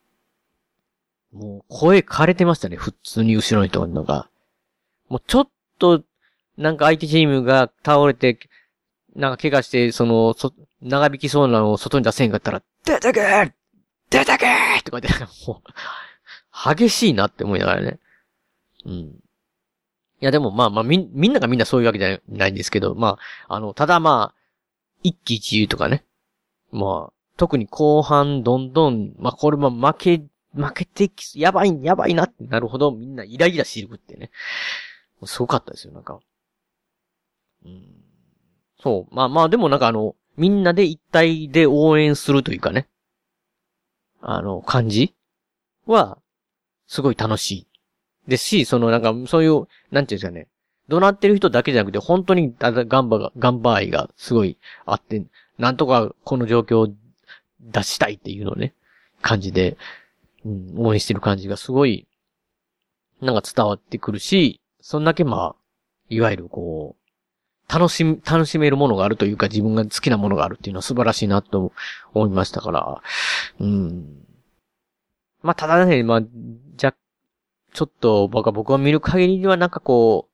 う声枯れてましたね。普通に後ろの人がなんか、もうちょっと、なんか相手チームが倒れて、なんか怪我して、長引きそうなのを外に出せんかったら、出てけとか言って、もう、激しいなって思いながらね。いやでもまあみんながみんなそういうわけじゃないんですけど、まあ、ただまあ、一喜一憂とかね。まあ、特に後半どんどん、まあこれも負けてやばいなってなるほどみんなイライラしてるってね。すごかったですよ、なんか。そう。まあでもなんかみんなで一体で応援するというかね。感じは、すごい楽しい。ですし、なんか、そういう、なんていうんですかね。怒鳴ってる人だけじゃなくて、本当にガンバ愛がすごいあって、なんとかこの状況を出したいっていうのをね、感じで、応援してる感じがすごい、なんか伝わってくるし、そんだけまあ、いわゆるこう、楽しめるものがあるというか、自分が好きなものがあるっていうのは素晴らしいなと思いましたから、まあ、ただね、まあ、ちょっと僕が見る限りではなんかこ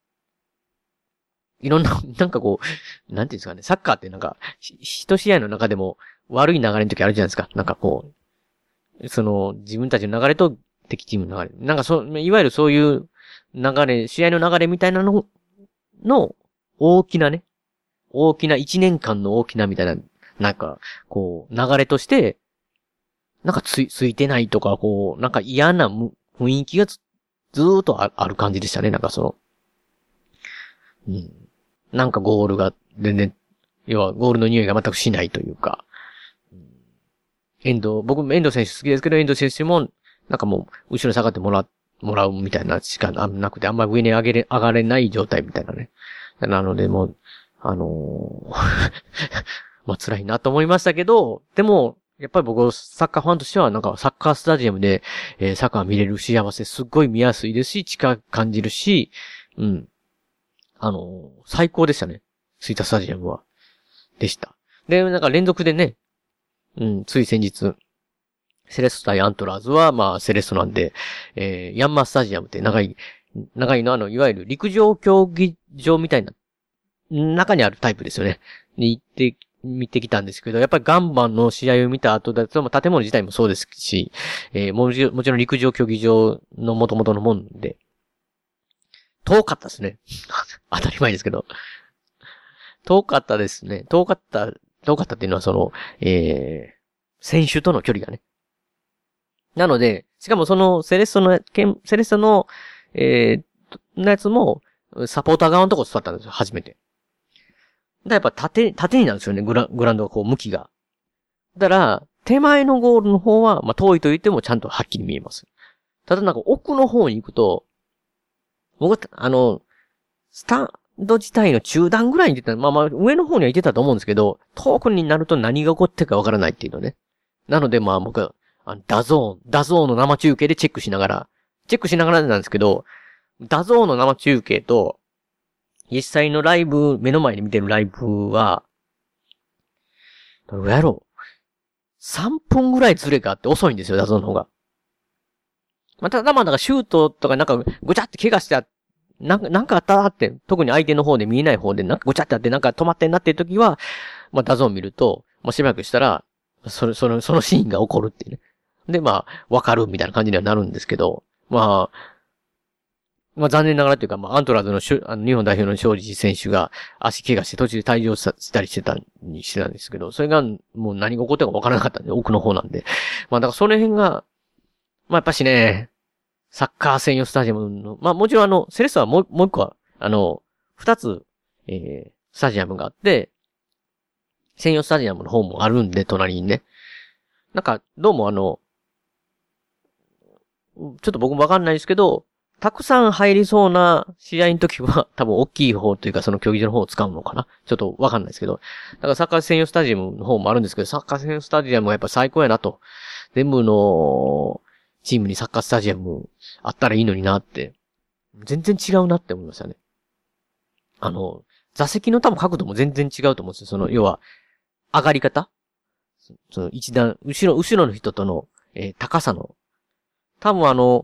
う、いろんな、なんかこう、なんていうんですかね、サッカーってなんか、一試合の中でも悪い流れの時あるじゃないですか。なんかこう、自分たちの流れと敵チームの流れ。なんかいわゆるそういう流れ、試合の流れみたいなの大きな一年間の大きなみたいな、なんか、こう、流れとして、なんかついてないとか、こう、なんか嫌な雰囲気がずーっとある感じでしたね。なんかなんかゴールが全然、要はゴールの匂いが全くしないというか、僕も遠藤選手好きですけど、遠藤選手も、なんかもう、後ろに下がってもらうみたいなしかなくて、あんまり上に上がれない状態みたいなね。なので、もう、まあ、辛いなと思いましたけど、でも、やっぱり僕、サッカーファンとしては、なんか、サッカースタジアムで、サッカー見れる幸せ、すっごい見やすいですし、近く感じるし、最高でしたね。吹田スタジアムは。でした。で、なんか連続でね、つい先日、セレッソ対アントラーズは、まあ、セレッソなんで、ヤンマースタジアムって長いのいわゆる陸上競技場みたいな、中にあるタイプですよね。に見てきたんですけど、やっぱりガンバの試合を見た後だと、建物自体もそうですし、もちろん陸上競技場の元々のもんで、 遠かったですね。当たり前ですけど。遠かったですね。遠かったっていうのは選手との距離がね。なので、しかもそのセレッソの、やつも、サポーター側のとこ座ったんですよ、初めて。だからやっぱ縦になるんですよね、グラウンドがこう、向きが。だから、手前のゴールの方は、まあ、遠いと言ってもちゃんとはっきり見えます。ただなんか奥の方に行くと、僕は、スタンド自体の中段ぐらいに出た、まあ上の方には行ってたと思うんですけど、遠くになると何が起こってるかわからないっていうのね。なのでまあ僕は、ダゾーンの生中継でチェックしながらなんですけど、ダゾーンの生中継と、実際のライブ、目の前に見てるライブは、どうやろう。3分ぐらいズレがあって遅いんですよ、ダゾーンの方が。まあ、ただまあシュートとかなんかごちゃって怪我してなんかあったって、特に相手の方で見えない方でなんかごちゃってあってなんか止まってんなっていう時は、まあダゾーン見ると、まあしばらくしたら、そのシーンが起こるっていうね。でまあ、わかるみたいな感じにはなるんですけど、まあ残念ながらというか、まあアントラーズの日本代表の庄司選手が足怪我して途中で退場したりしてたんですけど、それがもう何が起こったかわからなかったんで、奥の方なんで。まあだからその辺が、まあやっぱしね、サッカー専用スタジアムの、まあもちろんセレッソはもう一個は、二つ、スタジアムがあって、専用スタジアムの方もあるんで、隣にね。なんか、どうもちょっと僕もわかんないですけど、たくさん入りそうな試合の時は、多分大きい方というかその競技場の方を使うのかな。ちょっとわかんないですけど。だからサッカー専用スタジアムの方もあるんですけど、サッカー専用スタジアムはやっぱ最高やなと。全部のチームにサッカースタジアムあったらいいのになって。全然違うなって思いましたね。座席の多分角度も全然違うと思うんですよ。要は、上がり方一段、後ろの人との、高さの。多分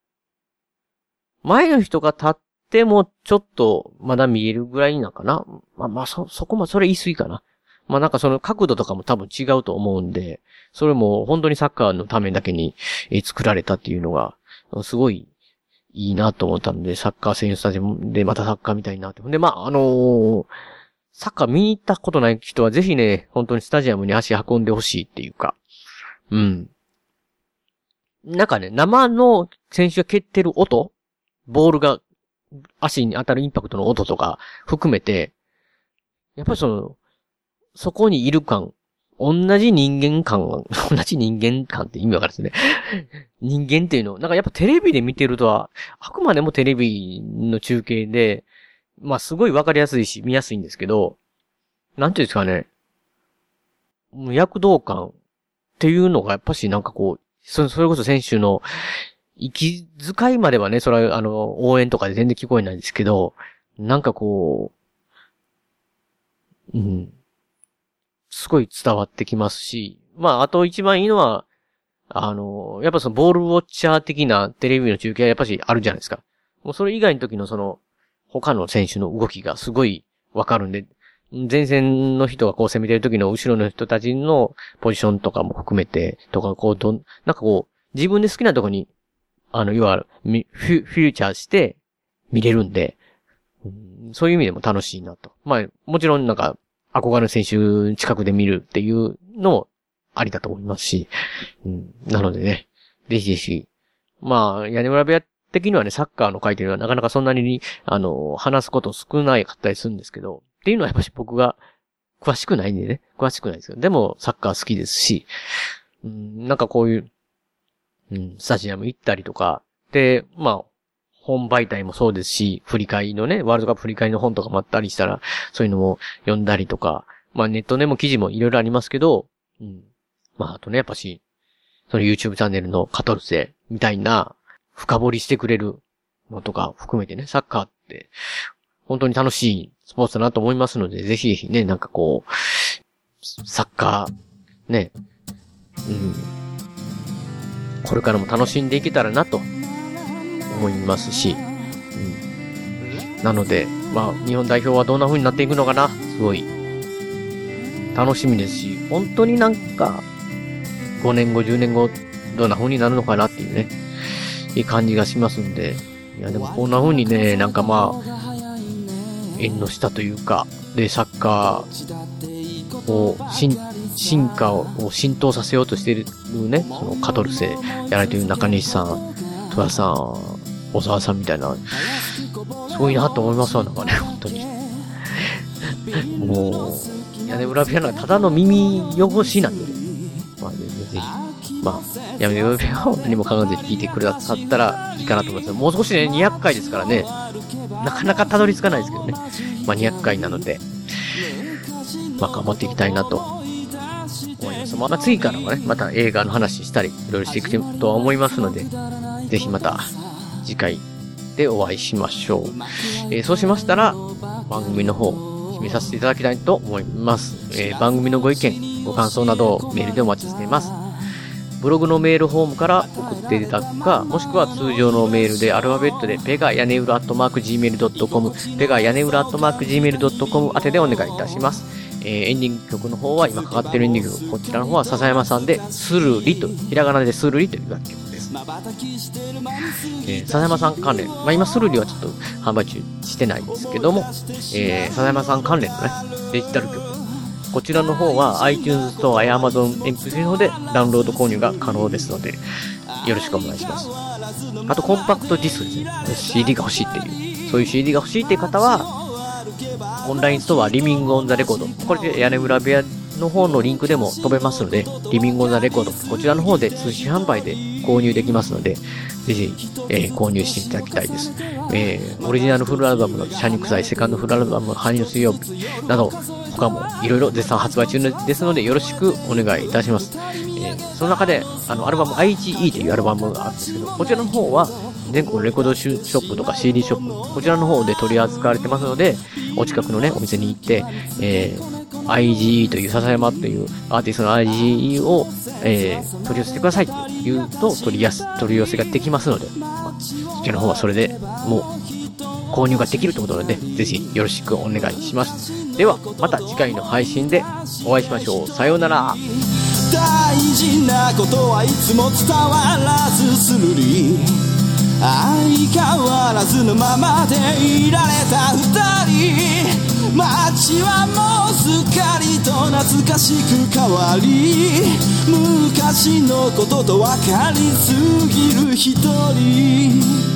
前の人が立ってもちょっとまだ見えるぐらいなのかな。まあ、それ言い過ぎかな。まあなんかその角度とかも多分違うと思うんで、それも本当にサッカーのためだけに作られたっていうのが、すごいいいなと思ったので、サッカー専用スタジアムでまたサッカー見たいなって。で、まあサッカー見に行ったことない人はぜひね、本当にスタジアムに足運んでほしいっていうか、うん。なんかね、生の選手が蹴ってる音、ボールが足に当たるインパクトの音とか含めて、やっぱりそこにいる感、同じ人間感って意味わかるですね。人間っていうの、なんかやっぱテレビで見てるとは、あくまでもテレビの中継で、まあすごいわかりやすいし見やすいんですけど、なんていうんですかね、躍動感っていうのがやっぱしなんかこう、それこそ選手の息遣いまではね、それは応援とかで全然聞こえないんですけど、なんかこう、すごい伝わってきますし、まああと一番いいのは、やっぱそのボールウォッチャー的なテレビの中継はやっぱしあるじゃないですか。もうそれ以外の時の他の選手の動きがすごいわかるんで、前線の人がこう攻めてる時の後ろの人たちのポジションとかも含めて、とかこうなんかこう、自分で好きなとこに、要は、フューチャーして見れるんで、そういう意味でも楽しいなと。まあ、もちろんなんか、憧れの選手近くで見るっていうのもありだと思いますし、なのでね、ぜひぜひ、まあ、屋根裏部屋的にはね、サッカーの回というのはなかなかそんなに、話すこと少ないかったりするんですけど、っていうのはやっぱり僕が詳しくないんでね、詳しくないですよ。でも、サッカー好きですし、なんかこういう、スタジアム行ったりとか、で、まあ、本媒体もそうですし、振り返りのね、ワールドカップ振り返りの本とかもあったりしたら、そういうのも読んだりとか、まあネットでも記事もいろいろありますけど、まああとね、やっぱし、その YouTube チャンネルのカトルセみたいな、深掘りしてくれるのとか含めてね、サッカーって、本当に楽しいスポーツだなと思いますので、ぜひぜひね、なんかこう、サッカー、ね、これからも楽しんでいけたらなと思いますし、なので、まあ、日本代表はどんな風になっていくのかな、すごい、楽しみですし、本当になんか、5年後、10年後、どんな風になるのかなっていうね、いい感じがしますんで、 いやでもこんな風にね、なんかまあ、縁の下というか、で、サッカーを、進化を浸透させようとしているね、そのカトルセやられている中西さん、戸田さん、小沢さんみたいな、すごいなと思いますわ、なんかね、本当に。もう、屋根裏部屋のただの耳汚しなんでね。まあ、ぜひ、まあ、屋根裏部屋を何も考えずに聞いてくださったらいいかなと思います。もう少しね、200回ですからね、なかなかたどり着かないですけどね。まあ、200回なので、まあ、頑張っていきたいなと思います。まあ、次からはね、また映画の話したり、いろいろしていくとは思いますので、ぜひまた、次回でお会いしましょう。そうしましたら、番組の方、締めさせていただきたいと思います。番組のご意見、ご感想などをメールでお待ちしています。ブログのメールフォームから送っていただくか、もしくは通常のメールでアルファベットでペガ屋根裏@gmail.com、ペガ屋根裏@gmail.com 宛てでお願いいたします。エンディング曲の方は今かかっているエンディング曲、こちらの方は笹山さんでスルリと、ひらがなでスルリという楽曲です。笹山さん関連、まあ今スルリはちょっと販売中してないんですけども、笹山さん関連のね、デジタル曲、こちらの方は iTunes ストアや Amazon MP3 の方でダウンロード購入が可能ですので、よろしくお願いします。あとコンパクトディスクですね。CD が欲しいっていう、そういう CD が欲しいっていう方は、オンラインストアリビングオンザレコード、これで屋根裏部屋の方のリンクでも飛べますので、リビングオンザレコード、こちらの方で通信販売で購入できますので、ぜひ、購入していただきたいです。オリジナルフルアルバムのシャニクサイ、セカンドフルアルバムのハニの水曜日など、他もいろいろ絶賛発売中ですので、よろしくお願いいたします。その中で、アルバム IGE というアルバムがあるんですけど、こちらの方は、全国のレコードショップとか CD ショップ、こちらの方で取り扱われてますので、お近くのね、お店に行って、IGE という笹山というアーティストの IGE を、取り寄せてくださいと言うと取り寄せができますので、そちらの方はそれでもう購入ができるということなので、ぜひよろしくお願いします。では、また次回の配信でお会いしましょう。さようなら。
大事なことはいつも伝わらずするり、相変わらずのままでいられた二人、街はもうすっかりと懐かしく変わり、昔のことと分かりすぎる一人。